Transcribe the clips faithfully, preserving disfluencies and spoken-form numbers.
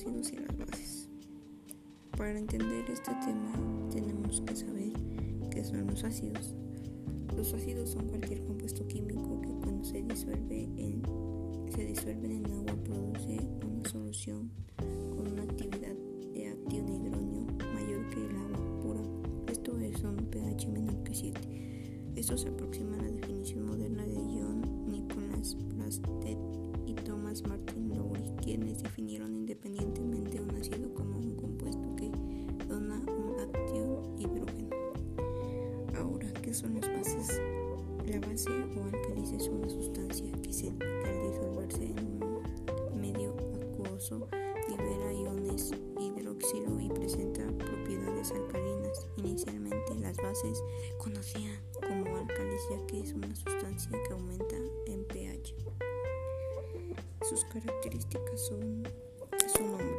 ácidos y las bases. Para entender este tema tenemos que saber qué son los ácidos. Los ácidos son cualquier compuesto químico que cuando se disuelve en, se disuelve en agua produce una solución con una actividad de acción hidrógeno mayor que el agua pura. Esto es un pH menor que siete. Esto se aproxima a la definición moderna de John Nicholas Brasted y Thomas Martin Lowry, quienes definieron independientemente un ácido como un compuesto que dona un acción hidrógeno. Ahora, ¿qué son las bases? La base o álcalis es una sustancia que, se, que al disolverse en un medio acuoso libera iones hidroxilo y presenta propiedades alcalinas. Inicialmente las bases se conocían como álcalis ya que es una sustancia que aumenta en pH. Sus características son su nombre.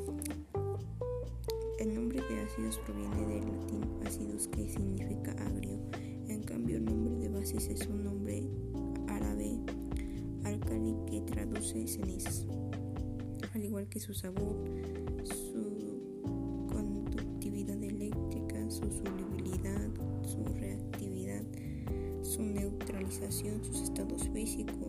El nombre de ácidos proviene del latín ácidos, que significa agrio. En cambio, el nombre de bases es un nombre árabe alcali que traduce cenizas. Al igual que su sabor, su conductividad eléctrica, su solubilidad, su reactividad, su neutralización, sus estados físicos,